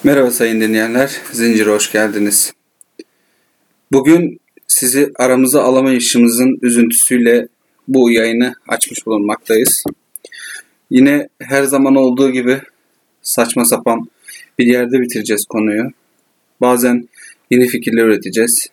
Merhaba sayın dinleyenler, Zincir'e hoş geldiniz. Bugün sizi aramıza alamayışımızın üzüntüsüyle bu yayını açmış bulunmaktayız. Yine her zaman olduğu gibi saçma sapan bir yerde bitireceğiz konuyu. Bazen yeni fikirler üreteceğiz.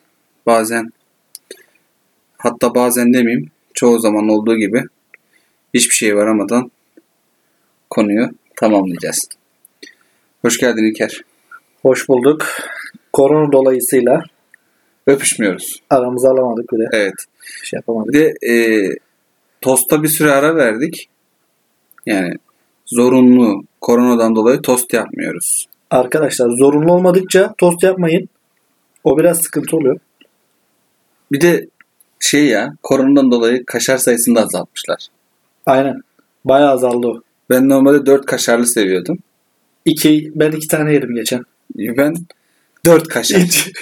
Bazen demeyeyim, çoğu zaman olduğu gibi hiçbir şeye varamadan konuyu tamamlayacağız. Hoş geldin İlker. Hoş bulduk. Korona dolayısıyla Öpüşmüyoruz. aramızı alamadık bile. Evet. Bir şey yapamadık. Bir de tosta bir süre ara verdik. Yani zorunlu koronadan dolayı tost yapmıyoruz. Arkadaşlar zorunlu olmadıkça tost yapmayın. O biraz sıkıntı oluyor. Bir de koronadan dolayı kaşar sayısını da azaltmışlar. Aynen. Bayağı azaldı o. Ben normalde 4 kaşarlı seviyordum. Ben 2 tane yedim geçen. Ben 4 kaşar.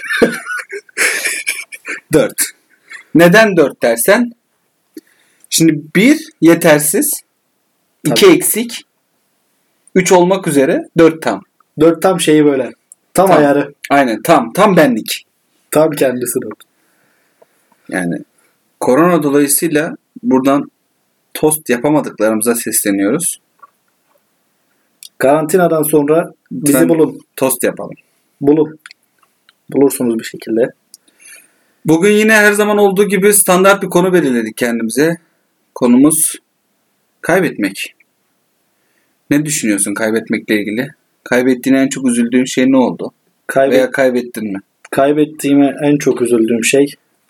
4. Neden 4 dersen? Şimdi 1 yetersiz. 2 eksik. 3 olmak üzere 4 tam. 4 tam şeyi böyle. Tam ayarı. Aynen tam. Tam benlik. Tam kendisi 4. Yani korona dolayısıyla buradan tost yapamadıklarımıza sesleniyoruz. Karantinadan sonra bizi bulun. Tost yapalım. Bulun. Bulursunuz bir şekilde. Bugün yine her zaman olduğu gibi standart bir konu belirledik kendimize. Konumuz kaybetmek. Ne düşünüyorsun kaybetmekle ilgili? Kaybettiğin en çok üzüldüğün şey ne oldu? Veya kaybettin mi? Kaybettiğime en çok üzüldüğüm şey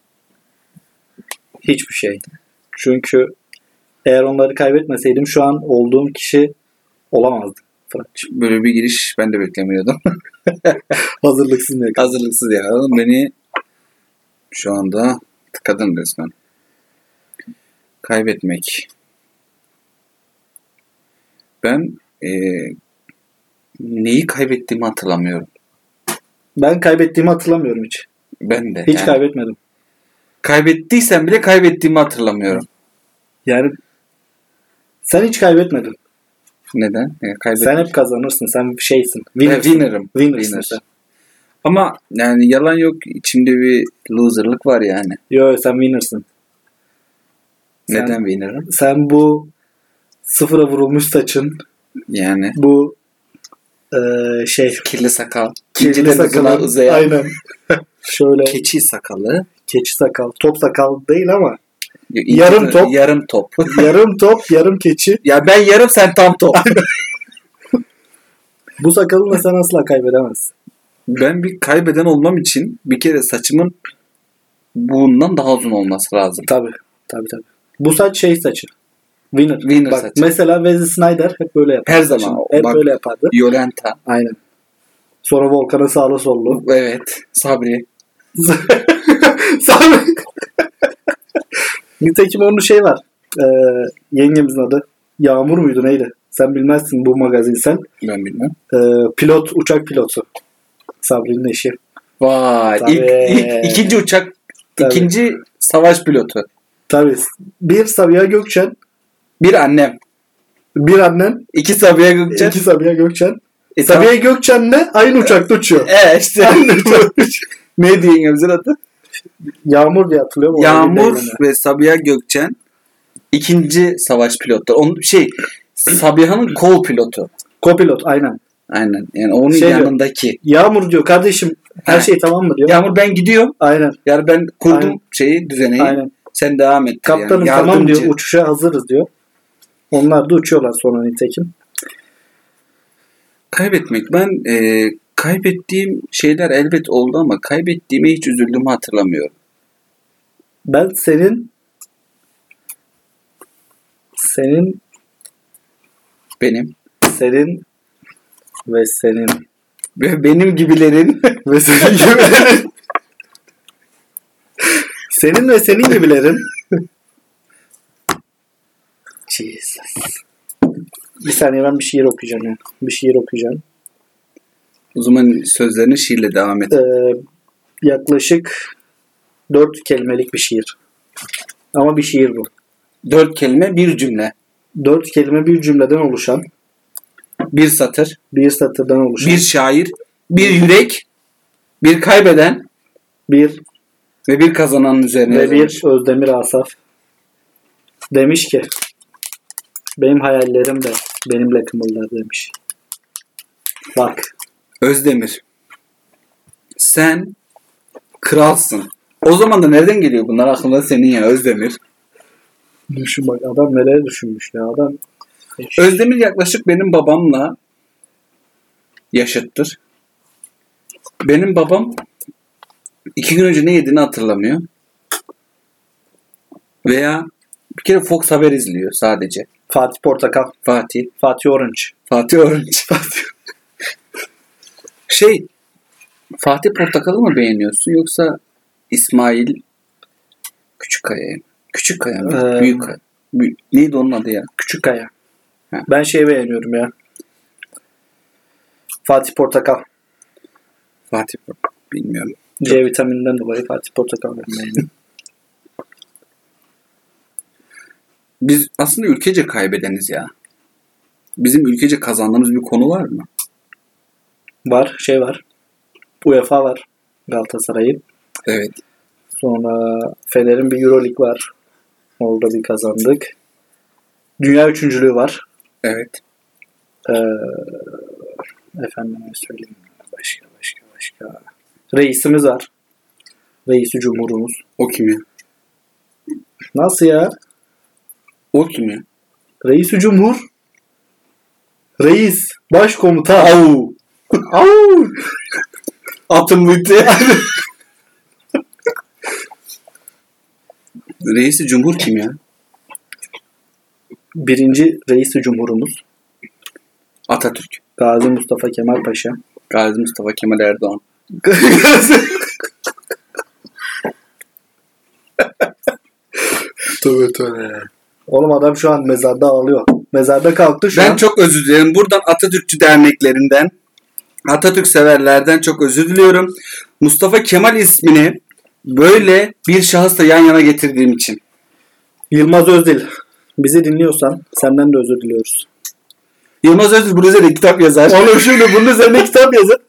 hiçbir şey. Çünkü eğer onları kaybetmeseydim şu an olduğum kişi olamazdım. Böyle bir giriş ben de beklemiyordum. Hazırlıksız mı? Hazırlıksız ya. Beni şu anda tıkadın resmen. Kaybetmek. Ben neyi kaybettiğimi hatırlamıyorum. Ben kaybettiğimi hatırlamıyorum hiç. Ben de. Hiç kaybetmedim. Kaybettiysem bile kaybettiğimi hatırlamıyorum. Yani sen hiç kaybetmedin. Neden? Sen hep kazanırsın. Sen şeysin. Winner'ım. Winner'sın sen. Ama yani yalan yok. İçimde bir loser'lık var yani. Yo sen winner'sın. Neden winner'ım? Sen bu sıfıra vurulmuş saçın. Yani. Bu kirli sakal. Kirli sakal. Uzayan. Aynen. Şöyle. Keçi sakalı. Keçi sakal. Top sakal değil ama. Yarım top. Yarım top. Yarım top, yarım keçi. Ya ben yarım sen tam top. Bu sakalını sen asla kaybedemezsin. Ben bir kaybeden olmam için bir kere saçımın bundan daha uzun olması lazım. Tabii. Bu saç saçı. Winner bak, saçı. Mesela Wesley Snyder hep böyle yapar. Her zaman. Hep böyle yapardı. Yolenta. Aynen. Sonra Volkan'ın sağlı sollu. Evet. Sabri. Nitekim onun var. Yengemizin adı. Yağmur muydu neydi? Sen bilmezsin bu magazin sen. Ben bilmem. Uçak pilotu. Sabri'nin eşi. Vay. İkinci uçak. Tabii. İkinci savaş pilotu. Tabii. Bir Sabiha Gökçen. Bir annem. Bir annen. İki Sabiha Gökçen. Sabiha Gökçen. Sabiha Gökçen'le aynı uçakta uçuyor. İşte. Neydi yengemizin adı? Yağmur diye hatırlıyorum. Yağmur ve Sabiha Gökçen ikinci savaş pilotları. Sabiha'nın kol pilotu. Kopilot aynen. Aynen. Yani onun yanındaki. Diyor, Yağmur diyor kardeşim her şey tamam mı diyor. Yağmur ben gidiyorum. Aynen. Yani ben kurdum düzeneyi. Aynen. Sen devam et. Kaptanım tamam diyor. Uçuşa hazırız diyor. Onlar da uçuyorlar sonra nitekim. Kaybetmek. Ben kaybettiğim şeyler elbet oldu ama kaybettiğime hiç üzüldüğümü hatırlamıyorum. Ben senin benim ve senin ve benim gibilerin ve senin gibilerin senin ve senin gibilerin Jesus. Bir saniye ben bir şiir okuyacağım ya. Bir şiir okuyacağım. O zaman sözlerini şiirle devam et. Yaklaşık 4 kelimelik bir şiir. Ama bir şiir bu. 4 kelime bir cümle. 4 kelime bir cümleden oluşan. Bir satır. Bir satırdan oluşan. Bir şair. bir yürek, bir kaybeden Bir ve bir kazananın üzerine ve yazılmış. bir Özdemir Asaf demiş ki benim hayallerim de benimle kımıldar demiş. Bak. Özdemir. Sen kralsın. O zaman da nereden geliyor bunlar aklına senin ya Özdemir? Düşün bak adam neler düşünmüş ya adam. Özdemir yaklaşık benim babamla yaşıttır. Benim babam 2 gün önce ne yediğini hatırlamıyor. Veya bir kere Fox Haber izliyor sadece. Fatih Portakal. Fatih Orange. Fatih Orange. Fatih Portakal'ı mı beğeniyorsun yoksa İsmail Küçükkaya mı? Küçükkaya mı? Büyükkaya. Neydi onun adı ya? Küçükkaya. Ha. Ben beğeniyorum ya. Fatih Portakal. Fatih Portakal. Bilmiyorum. C vitamininden dolayı Fatih Portakal beğeniyorum. Biz aslında ülkece kaybedeniz ya. Bizim ülkece kazandığımız bir konu var mı? Var. Var. UEFA var. Galatasaray'ın. Evet. Sonra Fener'in bir Euroleague var. Orada bir kazandık. Dünya üçüncülüğü var. Evet. Efendime söyleyeyim. Başka. Reisimiz var. Reisi Cumhurumuz. O kim ya? Nasıl ya? O kim ya? Reisi Cumhur. Reis. Başkomutan. Au. Au. Atın bitti. Reisi Cumhur kim ya? Birinci Reisi Cumhurumuz. Atatürk. Gazi Mustafa Kemal Paşa. Gazi Mustafa Kemal Erdoğan. Tabii. Oğlum adam şu an mezarda ağlıyor. Mezarda kalktı şu an. Ben çok özür dilerim. Buradan Atatürkçü derneklerinden, Atatürk severlerden çok özür diliyorum. Mustafa Kemal ismini böyle bir şahısla yan yana getirdiğim için. Yılmaz Özdil. Bizi dinliyorsan senden de özür diliyoruz. Yılmaz Özdil bunun üzerine kitap yazar. Oğlum şimdi bunun üzerine kitap yazın.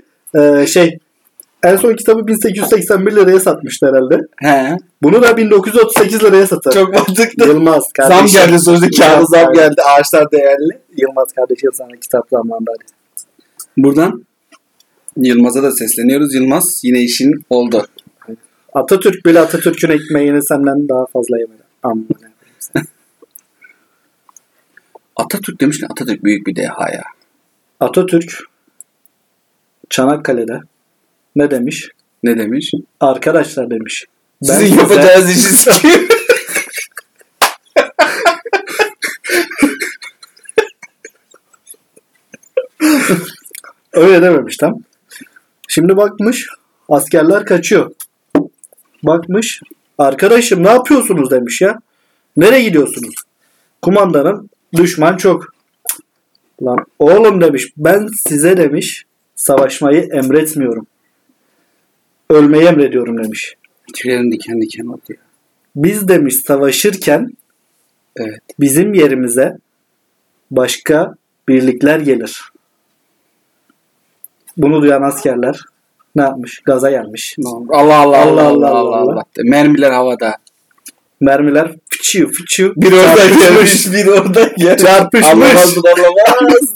En son kitabı 1881 liraya satmıştı herhalde. He. Bunu da 1938 liraya satar. Çok mantıklı. Yılmaz kardeşim. Zam geldi sözde kağıda zam geldi. Ağaçlar değerli. Yılmaz kardeşim sana kitap zamanında. Buradan Yılmaz'a da sesleniyoruz. Yılmaz yine işin oldu. Atatürk bile Atatürk'ün ekmeğini senden daha fazla yemedi. Amma. Atatürk demişken Atatürk büyük bir deha ya. Atatürk Çanakkale'de ne demiş? Ne demiş? Arkadaşlar demiş. Sizin yapacağınız işi sikeyim. Öyle dememiş tam. Şimdi bakmış askerler kaçıyor. Bakmış arkadaşım ne yapıyorsunuz demiş ya. Nereye gidiyorsunuz? Kumandanım düşman çok. Lan oğlum demiş ben size demiş savaşmayı emretmiyorum. Ölmeyi emrediyorum demiş. Tüylerim diken diken oldu ya. Biz demiş savaşırken Evet. bizim yerimize başka birlikler gelir. Bunu duyan askerler ne yapmış? Gaza gelmiş. Allah Allah. Mermiler havada. Mermiler fıçıyor. Bir orada gelmiş, bir orada gelmiş. Çarpışmış. Anlamaz.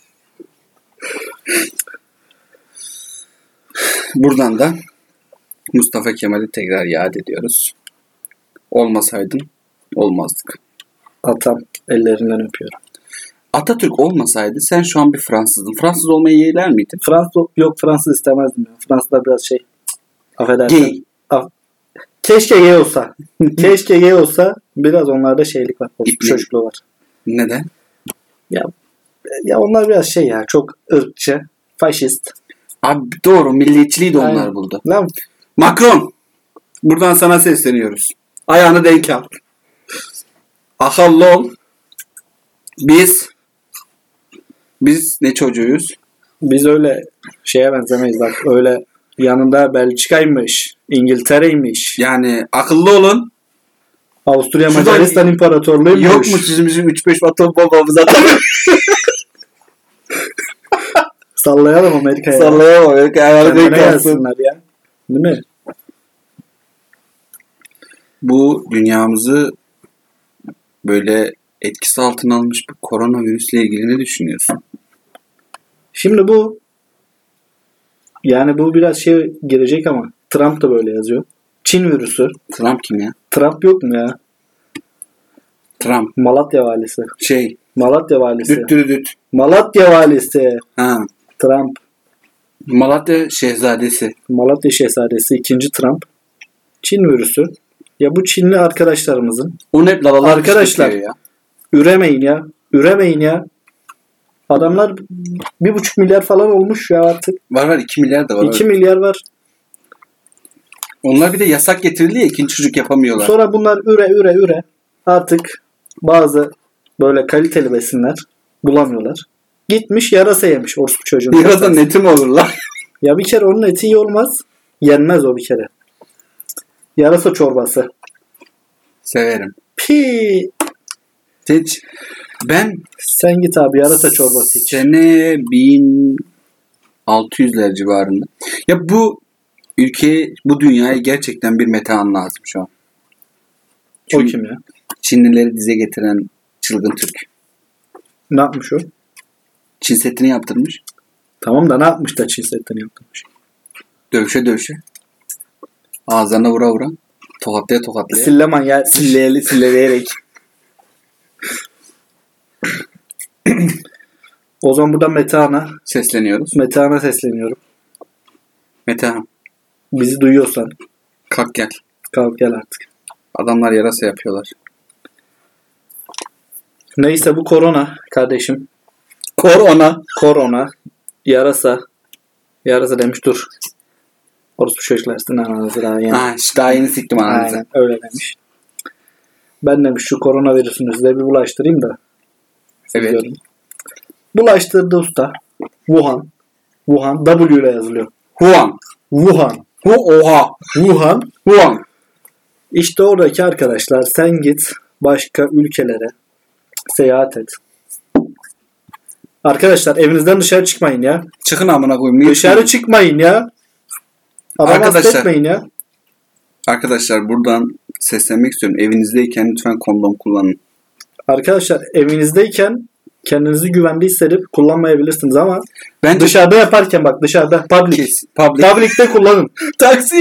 Buradan da Mustafa Kemal'i tekrar yad ediyoruz. Olmasaydın olmazdık. Atam ellerinden öpüyorum. Atatürk olmasaydı sen şu an bir Fransızdın. Fransız olmayı yeğler miydin? Fransız istemezdim ya. Fransızlar biraz affedersin. Gay. Keşke gay olsa. Keşke gay olsa biraz onlarda şeylik var. Çocukluğu var. Neden? Ya onlar biraz ya çok ırkçı, faşist. Abi doğru milliyetçiliği de onlar Aynen. buldu. Lan Macron. Buradan sana sesleniyoruz. Ayağını denk al. Akıllı ol. Biz ne çocuğuyuz? biz öyle benzemeyiz bak. Öyle yanında Belçika'ymış, İngiltere'ymiş. Yani akıllı olun. Avusturya Şurada- Macaristan İmparatorluğuymuş. Yok mu bizim 3-5 atom bombamız atalım? Sallayalım Amerika'ya. Sallayamam. Kendine gelsinler ya. Değil mi? Bu dünyamızı böyle etkisi altına almış bir koronavirüsle ilgili ne düşünüyorsun? Şimdi bu yani bu biraz şey girecek ama Trump da böyle yazıyor. Çin virüsü. Trump kim ya? Trump yok mu ya? Trump. Malatya valisi. Malatya valisi. Düt. Malatya valisi. Ha. Trump. Malatya şehzadesi. Malatya şehzadesi 2. Trump. Çin virüsü. Ya bu Çinli arkadaşlarımızın. Onu hep lalalar Arkadaşlar ya. Üremeyin ya. Üremeyin ya. Adamlar 1,5 milyar falan olmuş ya artık. Var 2 milyar da var. 2 milyar var. Onlar bir de yasak getirildi ya, ikinci çocuk yapamıyorlar. Sonra bunlar üre. Artık bazı böyle kaliteli besinler bulamıyorlar. Gitmiş yarasa yemiş orospu çocuğun. Yarasa neti mi olur lan? Ya bir kere onun eti iyi olmaz. Yenmez o bir kere. Yarasa çorbası. Severim. Pi. Hiç. Ben Sen git abi yarasa çorbası iç. sene 1600'ler civarında. Ya bu ülkeye, bu dünyaya gerçekten bir metehan lazım şu an. O Çünkü kim ya? Çinlileri dize getiren çılgın Türk. Ne yapmış o? Çin setini yaptırmış. Tamam da ne yapmış da Çin setini yaptırmış? Dövüşe. Ağızlarına vura. Tokatlaya. Silleman ya. Silleyerek. O zaman buradan Metehan'a sesleniyorum. Metehan. Bizi duyuyorsan Kalk gel. kalk gel artık. Adamlar yarasa yapıyorlar. Neyse bu korona kardeşim. Korona. Yarasa demiş dur. Orospu çocuklar ananızı daha yeni. Daha yeni siktim ananızı. Aynen öyle demiş. Ben demiş şu koronavirüsünü size bir bulaştırayım da. Evet. Diyorum. Bulaştırdı usta. Wuhan. W ile yazılıyor. Wuhan. Wuhan. İşte oradaki arkadaşlar sen git başka ülkelere seyahat et. Arkadaşlar evinizden dışarı çıkmayın ya. Çıkın amına koyayım. Dışarı çıkmayın ya. Adam affetmeyin ya. Arkadaşlar buradan seslenmek istiyorum. Evinizdeyken lütfen kondom kullanın. Arkadaşlar evinizdeyken kendinizi güvende hissedip kullanmayabilirsiniz ama Bence dışarıda yaparken bak dışarıda public'te kullanın. Taksi.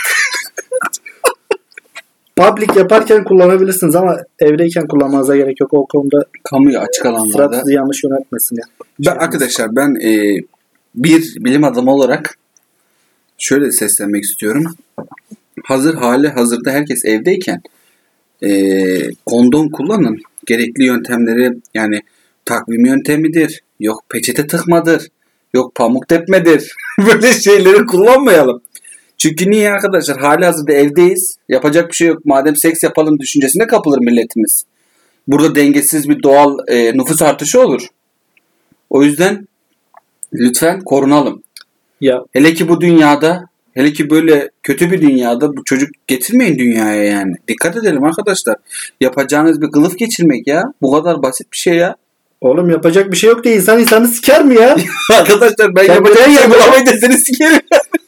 Public yaparken kullanabilirsiniz ama evdeyken kullanmanıza gerek yok. O konuda Kamuya açık alanlarda. Fırat sizi yanlış yönetmesin ya. Arkadaşlar ben bir bilim adamı olarak şöyle seslenmek istiyorum. Hazırda herkes evdeyken kondom kullanın. Gerekli yöntemleri, yani takvim yöntemidir, yok peçete tıkmadır, yok pamuk tepmedir. Böyle şeyleri kullanmayalım. Çünkü niye arkadaşlar? Halihazırda evdeyiz. Yapacak bir şey yok. Madem seks yapalım düşüncesine kapılır milletimiz. Burada dengesiz bir doğal nüfus artışı olur. O yüzden lütfen korunalım. Ya Hele ki bu dünyada, hele ki böyle kötü bir dünyada bu çocuk getirmeyin dünyaya yani. Dikkat edelim arkadaşlar. Yapacağınız bir kılıf geçirmek ya. Bu kadar basit bir şey ya. oğlum yapacak bir şey yok diye insan insanı siker mi ya? Arkadaşlar ben yapacağım şey bulamayı deseni sikerim.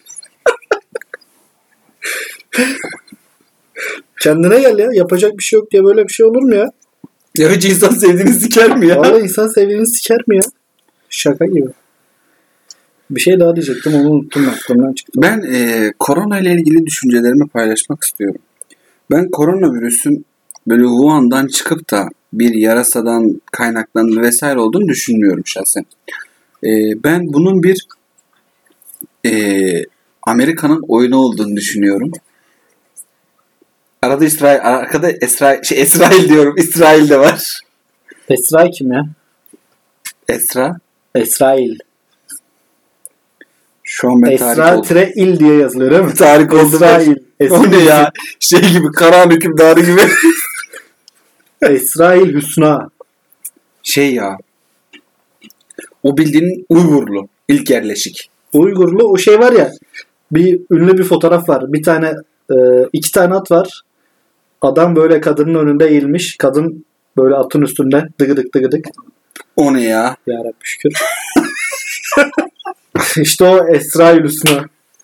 Kendine gel ya. Yapacak bir şey yok diye böyle bir şey olur mu ya? Ya hiç insan sevdiğini siker mi ya? Vallahi insan sevdiğini siker mi ya? Şaka gibi. Bir şey daha diyecektim onu unuttum aklımdan çıktı. Ben korona ile ilgili düşüncelerimi paylaşmak istiyorum. Ben koronavirüsün böyle Wuhan'dan çıkıp da bir yarasadan kaynaklandığı vesaire olduğunu düşünmüyorum şahsen. Ben bunun bir Amerika'nın oyunu olduğunu düşünüyorum. Arkada İsrail diyorum. İsrail de var. Esra kim ya? Esrail. Şu an ben tarih oldum. Esra-il diye yazılıyor değil mi? Tarih oldu. Esrail. O ne ya? Şey gibi, Karahan hükümdarı gibi. Esrail Hüsna. Şey ya. O bildiğin Uygurlu. İlk yerleşik. Uygurlu o şey var ya. Bir ünlü bir fotoğraf var. Bir tane 2 tane at var. Adam böyle kadının önünde eğilmiş. Kadın böyle atın üstünde dıgıdık. O ne ya? Yarabbim şükür. İşte o Esra-ül Hüsna.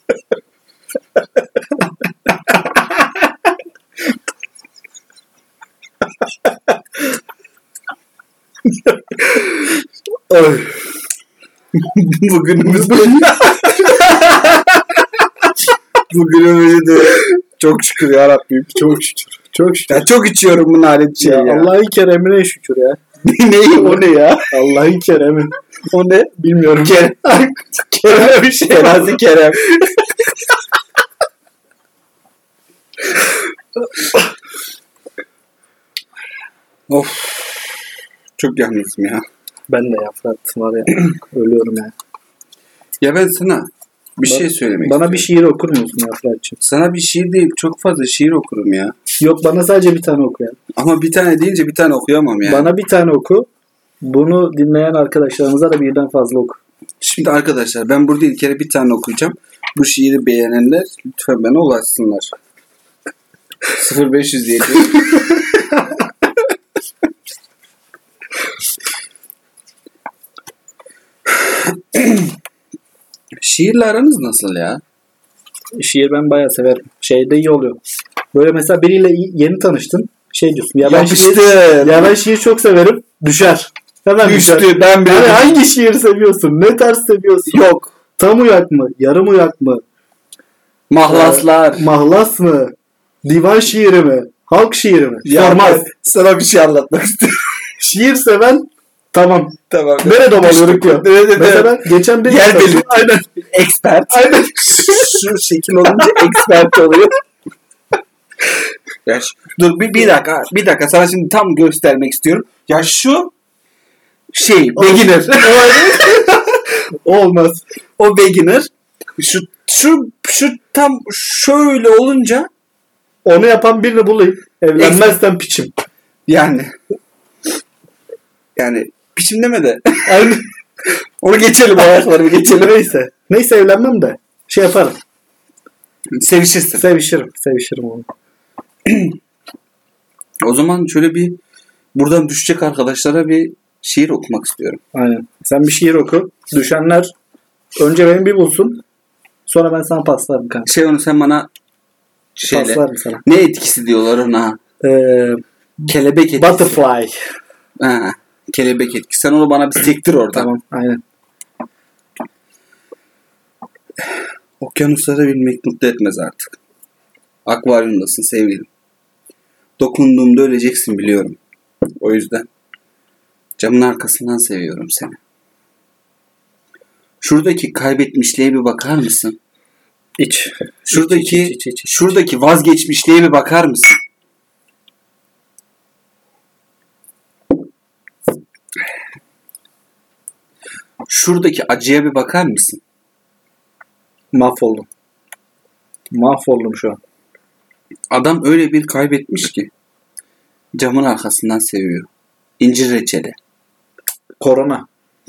Ay. Bugünümüzde de çok şükür ya Rabbim. Çok şükür. Çok şükür. Ya çok içiyorum bu nalet şeyi ya. Allah'ın keremine şükür ya. Ne o ne ya? Allah'ın keremi. O ne? Bilmiyorum. Kerem bir şey. Terazi Kerem. Of. Çok yalnızım ya. Ben de ya Fırat var ya. Ölüyorum ya. Ya ben sana bir şey söylemek Bana istiyorum. bir şiir okur musun ya Fırat'cığım? Sana bir şiir değil, çok fazla şiir okurum ya. Yok, bana sadece bir tane oku ya. Ama bir tane deyince bir tane okuyamam yani. Bana bir tane oku. Bunu dinleyen arkadaşlarımıza da birden fazla oku. Şimdi arkadaşlar ben burada ilk kere bir tane okuyacağım. Bu şiiri beğenenler lütfen bana ulaşsınlar. 0507 Şiirle aranız nasıl ya? Şiir ben bayağı severim. Şeyde iyi oluyor. Böyle mesela biriyle yeni tanıştın. Şey diyorsun. Ya ben şiir çok severim. Düşer. Hemen düşer. Düştü. Ben Yani hangi şiir seviyorsun? Ne tarz seviyorsun? Yok. Tam uyak mı? Yarım uyak mı? Mahlaslar. Mahlas mı? Divan şiiri mi? Halk şiiri mi? Sormaz. Sana bir şey anlatmak istiyorum. Şiir seven tamam. Tamam. Nerede domalıyorduk ya? Mesela geçen bir yer belir. Aynen. Expert. Aynen. Şu şekil olunca expert oluyor. Ya dur bir dakika. Bir dakika sana şimdi tam göstermek istiyorum. Ya şu beginner. Olmaz. O beginner. Şu tam şöyle olunca onu yapan birini bulayım. Evlenmezsen piçim. Yani piçim deme de. Aynen. Onu geçelim, o ayakları geçelim. Neyse evlenmem de. Şey yaparım. Sevişirsin. Sevişirim onu. O zaman şöyle bir buradan düşecek arkadaşlara bir şiir okumak istiyorum. Aynen. Sen bir şiir oku. Düşenler önce beni bir bulsun. Sonra ben sana paslarım kanka. Onu sen bana Paslarım sana. ne etkisi diyorlar ona? Kelebek etkisi. Butterfly. Ha, kelebek etkisi. Sen onu bana bir sektir orada. Tamam. Aynen. Okyanusları bilmek mutlu etmez artık. Akvaryumdasın sevgilim. Dokunduğumda öleceksin biliyorum. O yüzden camın arkasından seviyorum seni. Şuradaki kaybetmişliğe bir bakar mısın? İç. Şuradaki vazgeçmişliğe bir bakar mısın? Şuradaki acıya bir bakar mısın? Mahvoldum şu an. Adam öyle bir kaybetmiş ki camın arkasından seviyor. İncir reçeli. Korona.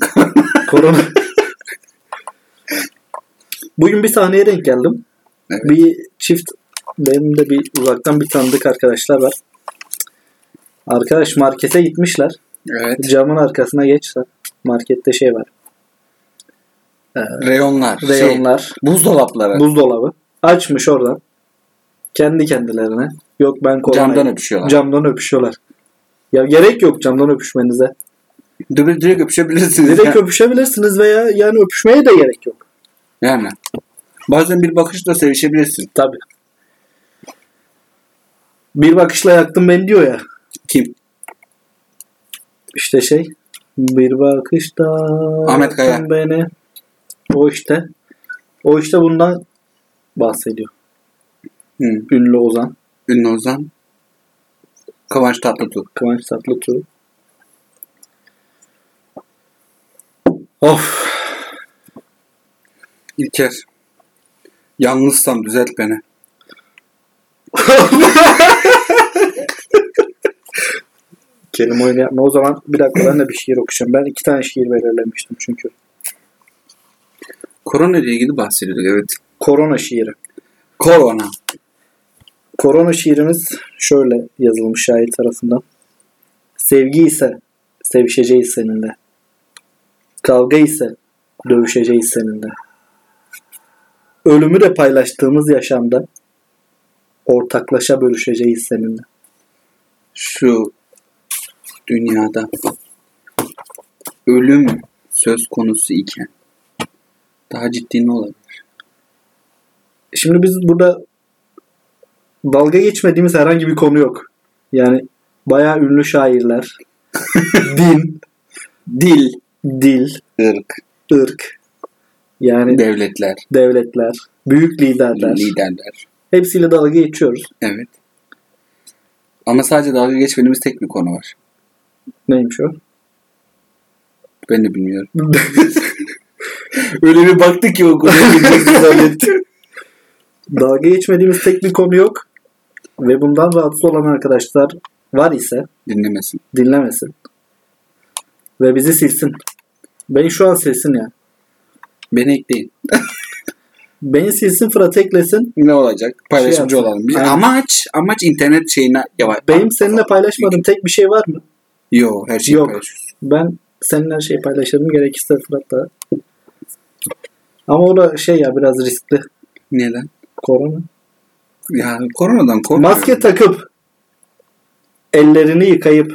Bugün bir sahneye denk geldim. Evet. Bir çift, benim de bir uzaktan bir tanıdık arkadaşlar var. Arkadaş markete gitmişler. Evet. Camın arkasına geçse markette şey var. Reyonlar. Buzdolapları. Buzdolabı. Açmış oradan. Kendi kendilerine. Yok ben koronayım. Camdan öpüşüyorlar. Ya gerek yok camdan öpüşmenize. Direkt öpüşebilirsiniz. Direkt öpüşebilirsiniz veya yani öpüşmeye de gerek yok. Yani. Bazen bir bakışla sevişebilirsin. Tabii. Bir bakışla yaktın beni diyor ya. Kim? İşte bir bakışta Ahmet Kaya. yaktın beni. O işte bundan bahsediyor. Ünlü Ozan. Kıvanç Tatlıtuğ. Of. İlker. Yalnızsam düzelt beni. Kelime oyunu yapma. O zaman bir dakika ben de bir şiir okuyacağım. Ben 2 tane şiir belirlemiştim çünkü. Korona ile ilgili bahsediyorduk, evet. Korona şiiri. Korona şiirimiz şöyle yazılmış şair tarafından. Sevgi ise sevişeceğiz seninle. Kavga ise dövüşeceğiz seninle. ölümü de paylaştığımız yaşamda ortaklaşa bölüşeceğiz seninle. Şu dünyada ölüm söz konusu iken daha ciddi ne olabilir? Şimdi biz burada dalga geçmediğimiz herhangi bir konu yok. Yani bayağı ünlü şairler, din, dil, ırk, yani devletler, büyük liderler. Hepsiyle dalga geçiyoruz. Evet. Ama sadece dalga geçmediğimiz tek bir konu var. Neymiş o? Ben de bilmiyorum. Öyle bir baktık ki o konuya girecekti zannettim. Dalga geçmediğimiz tek bir konu yok. Ve bundan rahatsız olan arkadaşlar var ise dinlemesin. Ve bizi silsin. Beni şu an silsin ya. Beni ekleyin. Beni silsin, Fırat eklesin. Ne olacak? Paylaşımcı olalım. Amaç internet şeyine yavaş. Benim seninle paylaşmadığım tek bir şey var mı? Yok, her şeyi paylaşıyorsun. Ben seninle her şeyi paylaşırım. Gerekirse Fırat'la. Ama o da şey ya, biraz riskli. Neden? Korona. Ya koronadan korkuyorum. Maske takıp ellerini yıkayıp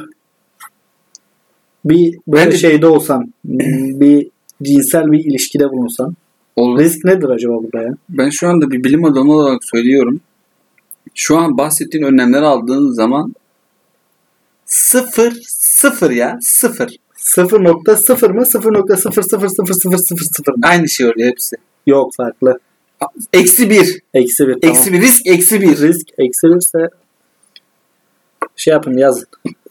bir böyle şeyde olsan, bir cinsel bir ilişkide bulunsan, risk nedir acaba burada ya? Ben şu anda bir bilim adamı olarak söylüyorum. Şu an bahsettiğin önlemleri aldığın zaman sıfır ya. 0.0 mı? 0.0000000 mı? Aynı şey oluyor hepsi. Yok, farklı. -1. -1. Tamam. -1 risk -1. Risk -1 ise şey yapın, yazın.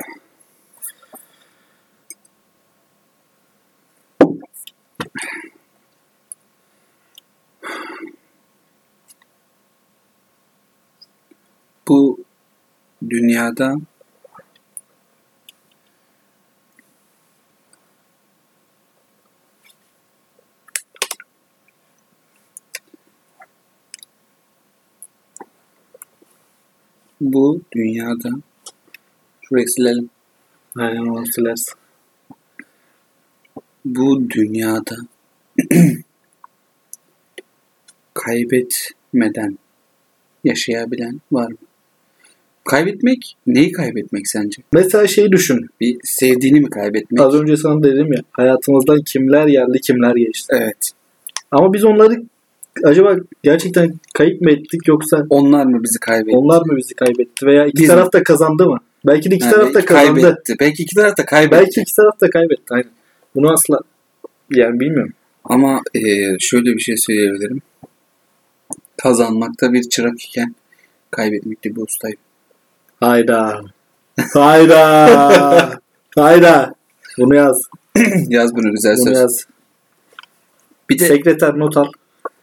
Bu dünyada şurayı silelim. Aynen, onu silersin. Bu dünyada kaybetmeden yaşayabilen var mı? Kaybetmek, neyi kaybetmek sence? Mesela şeyi düşün. Bir sevdiğini mi kaybetmek? Az önce sana dedim ya, hayatımızdan kimler geldi, kimler geçti. Evet. Ama biz onları acaba gerçekten kayıp mı ettik, yoksa onlar mı bizi kaybetti? Onlar mı bizi kaybetti veya iki taraf da kazandı mı? Belki de iki taraf da kazandı. Kaybetti. Belki iki taraf da kaybetti. Belki iki taraf da kaybetti. Aynen. Bunu asla bilmiyorum. Ama şöyle bir şey söyleyebilirim. Kazanmakta bir çırak iken kaybetmekte bir ustayım. Hayda. Bunu yaz. Yaz bunu, güzel söz. Bunu yaz. Bir de sekreter not al.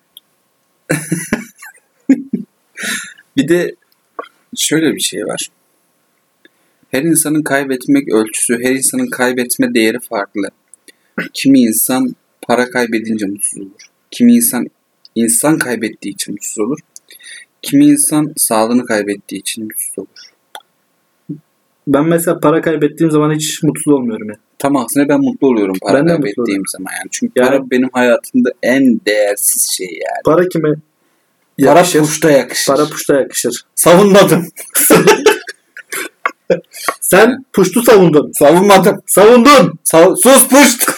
Bir de şöyle bir şey var. Her insanın kaybetmek ölçüsü, her insanın kaybetme değeri farklı. Kimi insan para kaybedince mutsuz olur. Kimi insan kaybettiği için mutsuz olur. Kimi insan sağlığını kaybettiği için mutsuz olur. Ben mesela para kaybettiğim zaman hiç mutsuz olmuyorum ya. Tam aksine ben mutlu oluyorum para kaybettiğim zaman yani. Çünkü para benim hayatımda en değersiz şey yani. Para kime yakışır? Para puşta yakışır. Para puşta yakışır. Savunmadım. Sen puştu savundun. Savunmadım. Savundun. Sus puşt.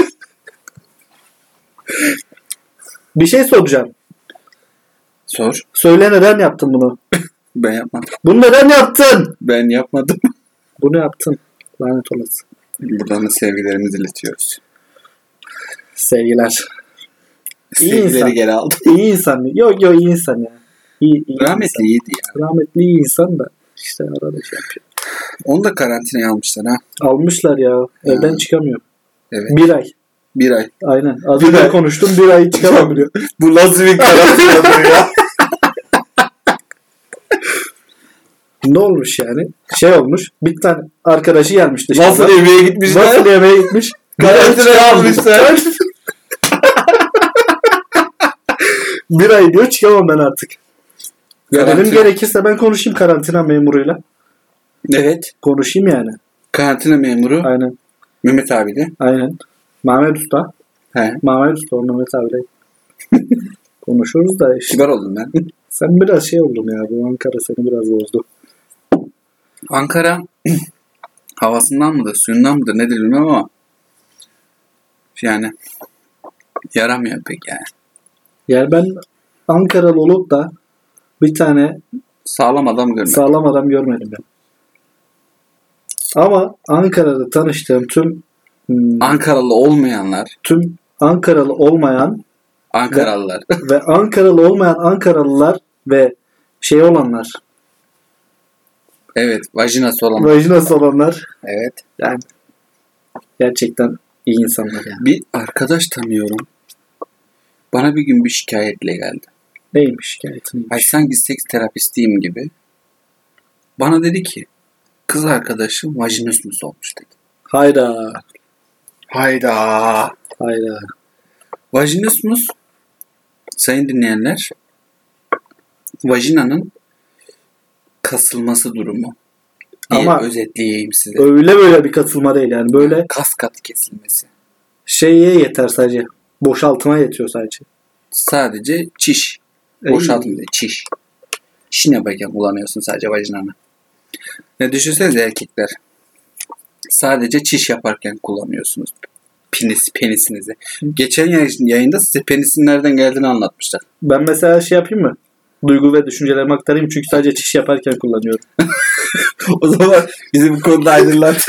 Bir şey soracağım. Sor. Söyle, neden yaptın bunu? Ben yapmadım. Bunu neden yaptın? Ben yapmadım. Bunu yaptın. Lanet olası. Buradan da sevgilerimizi iletiyoruz. Sevgiler. Sevgileri geri aldım. İyi insan. Yok iyi insan ya. İyi rahmetli insan. iyiydi ya. Rahmetli iyi insan da işte arada şey yapıyor. Onu da karantinaya almışlar ha. Almışlar ya. Evden çıkamıyor. Evet. 1 ay. 1 ay. Aynen. Az önce konuştum, 1 ay çıkamıyor. Bu nasıl bir karantina ya? Ne olmuş yani? Şey olmuş. Bir tane arkadaşı gelmiş dışarıdan. Nasıl yemeğe gitmişler? Nasıl yemeğe gitmiş? Karantinaya almışlar. 1 ay diyor, çıkamam ben artık. Ya dedim, gerekirse ben konuşayım karantina memuruyla. Evet. Konuşayım yani. Karantina memuru. Aynen. Mehmet abi de. Aynen. Mehmet Usta. He. Mehmet Usta, o Mehmet abi de. Konuşuruz da işte. Kibar oldum ben. Sen biraz şey oldun ya. Bu Ankara seni biraz bozdu. Ankara havasından mıdır, suyundan mıdır nedir bilmem ama yani yaramıyor pek yani. Yani ben Ankaralı olup da bir tane Sağlam adam görmedim. sağlam adam görmedim ben. Ama Ankara'da tanıştığım Ankaralı olmayanlar, tüm Ankaralı olmayan Ankaralılar. ve Ankaralı olmayan Ankaralılar ve şey olanlar, Evet, vajinası olan. vajinası olanlar Evet. yani gerçekten iyi insanlar yani. Bir arkadaş tanıyorum. Bana bir gün bir şikayetle geldi. Neymiş şikayeti? Ay sanki seks terapistiyim gibi. Bana dedi ki kız arkadaşım vajinismus olmuş dedi. Hayda. Hayda. Hayda. Vajinismus sayın dinleyenler vajinanın kasılması durumu diye Ama özetleyeyim size. öyle böyle bir katılma değil yani. Böyle Kas katı kesilmesi. şeye yeter sadece. Boşaltma yetiyor sadece. Sadece çiş. Boşaltma değil, çiş. Çişine yaparken kullanıyorsun sadece vajinanı. Ne düşünsenize erkekler. Sadece çiş yaparken kullanıyorsunuz penisinizi. Geçen yayında size penisin nereden geldiğini anlatmışlar. Ben mesela şey yapayım mı? Duygu ve düşüncelerimi aktarayım çünkü sadece çiş yaparken kullanıyorum. O zaman bizi bu konuda aydınlat.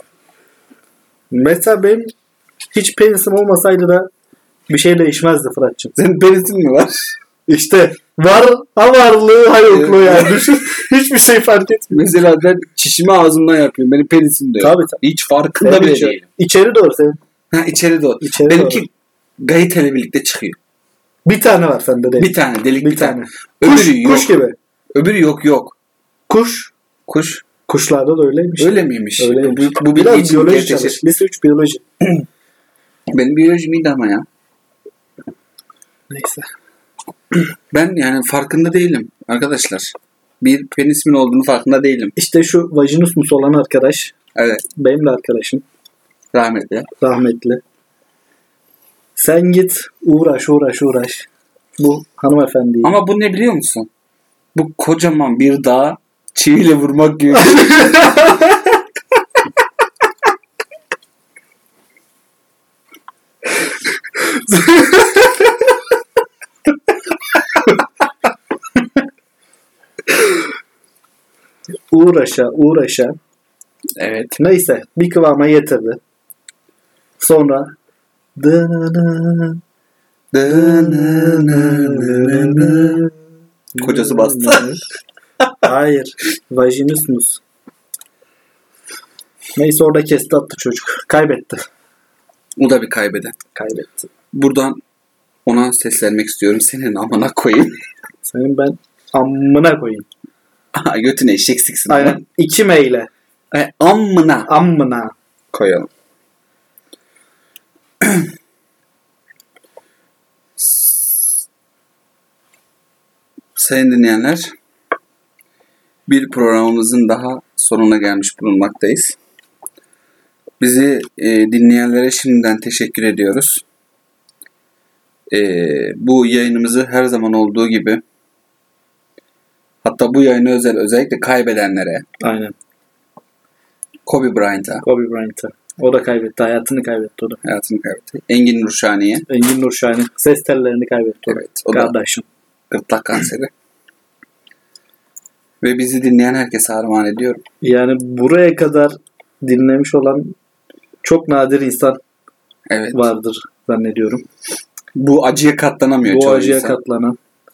Mesela benim hiç penisim olmasaydı da bir şey değişmezdi Fırat'cığım. Senin penisin mi var? İşte var ha varlığı ha yokluğu yani. Düşün, hiçbir şey fark etmiyor. Mesela ben çişimi ağzımdan yapıyorum. Benim penisim de yok. Tabii. Hiç farkında bile değilim. İçeri doğru senin. Ha içeri doğru. İçeri Benimki doğru. gayet birlikte çıkıyor. Bir tane var sende de. Bir tane delik Bir bir tane. tane. Öbürü yok. Kuş gibi. Öbürü yok. Kuş. Kuş. Kuşlarda da öyleymiş. Öyle miymiş? Öyleymiş. Bu Biraz bilgi için biyoloji gerçekleşir. çalış. Lise 3 biyoloji. Benim biyolojim iyiydi ama ya. Neyse. Ben yani farkında değilim arkadaşlar. Bir penisimin olduğunu farkında değilim. İşte şu vajinusmus olan arkadaş. Evet. Benim de arkadaşım. Rahmetli. Rahmetli. Sen git uğraş. Bu hanımefendiyi. Ama bu ne biliyor musun? Bu kocaman bir dağı çiviyle vurmak gibi. uğraşa. Evet. Neyse bir kıvama getirdi. Sonra Kocası bastı. Hayır. Vajinusmus. Neyse orada kesti attı çocuk. Kaybetti. O da bir kaybeden. Kaybetti. Buradan ona seslenmek istiyorum. Senin amına koyayım. Senin ben amına koyayım. Götüne eşek siksin. Aynen. 2 meyle. Amına koyalım. Sayın dinleyenler, bir programımızın daha sonuna gelmiş bulunmaktayız. Bizi dinleyenlere şimdiden teşekkür ediyoruz. Bu yayınımızı her zaman olduğu gibi, hatta bu yayını özellikle kaybedenlere, Aynen. Kobe Bryant'a, O da kaybetti. Hayatını kaybetti o da. hayatını kaybetti. Engin Nurşani'ye, Engin Nurşah'ın ses tellerini kaybetti o da. evet, o da Kardeşim. gırtlak kanseri. Ve bizi dinleyen herkese armağan ediyorum. Yani buraya kadar dinlemiş olan çok nadir insan Evet. vardır zannediyorum. Bu acıya katlanamıyor Bu çoğu acıya insan. katlanan.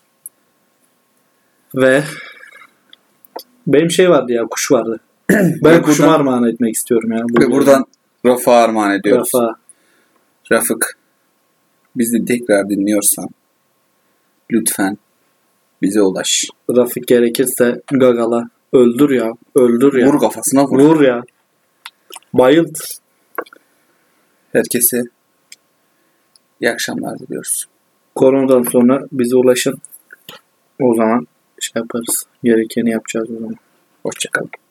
Ve benim şey vardı ya, kuş vardı. Ben kuşuma armağan etmek istiyorum ya. Ve buradan Raf'a armağan ediyoruz. Rafa. Rafık, bizi tekrar dinliyorsan lütfen bize ulaş. Rafik gerekirse gagala. Öldür ya. Öldür ya. Vur kafasına vur. Vur ya. Bayılt. Herkese iyi akşamlar diliyoruz. Koronadan sonra bize ulaşın. O zaman şey yaparız. Gerekeni yapacağız o zaman. Hoşçakalın.